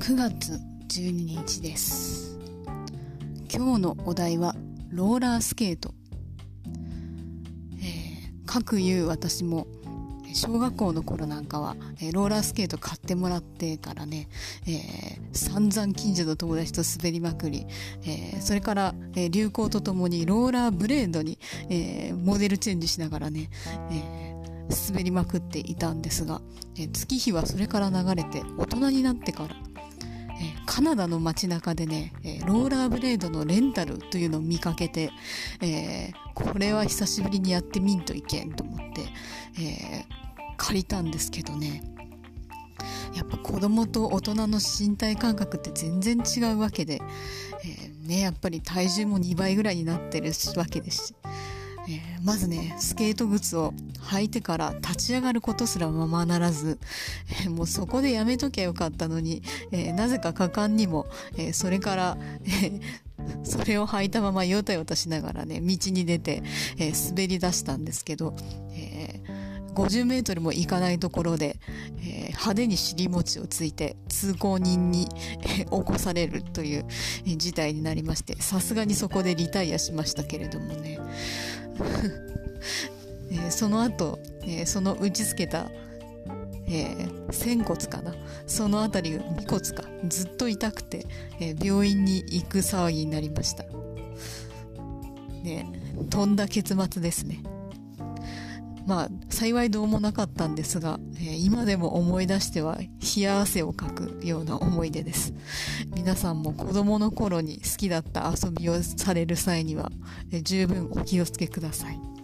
9月12日です。今日のお題はローラースケート。かくいう私も小学校の頃なんかはローラースケート買ってもらってからね、散々近所の友達と滑りまくり、それから、流行とともにローラーブレードに、モデルチェンジしながらね、滑りまくっていたんですが、月日はそれから流れて大人になってから、カナダの街中でね、ローラーブレードのレンタルというのを見かけて、これは久しぶりにやってみんといけんと思って、借りたんですけどね、やっぱ子供と大人の身体感覚って全然違うわけで、やっぱり体重も2倍ぐらいになってるわけですし、まずねスケート靴を履いてから立ち上がることすらままならず、もうそこでやめときゃよかったのに、なぜか果敢にも、それから、それを履いたままヨタヨタしながらね道に出て、滑り出したんですけど、50メートルも行かないところで、派手に尻餅をついて通行人に、起こされるという、事態になりまして、さすがにそこでリタイアしましたけれどもねその後、その打ちつけた、仙骨かな、そのあたりが尾骨かずっと痛くて、病院に行く騒ぎになりました。とんだ結末ですね。まあ幸いどうもなかったんですが、今でも思い出しては冷や汗をかくような思い出です。皆さんも子供の頃に好きだった遊びをされる際には、十分お気をつけください。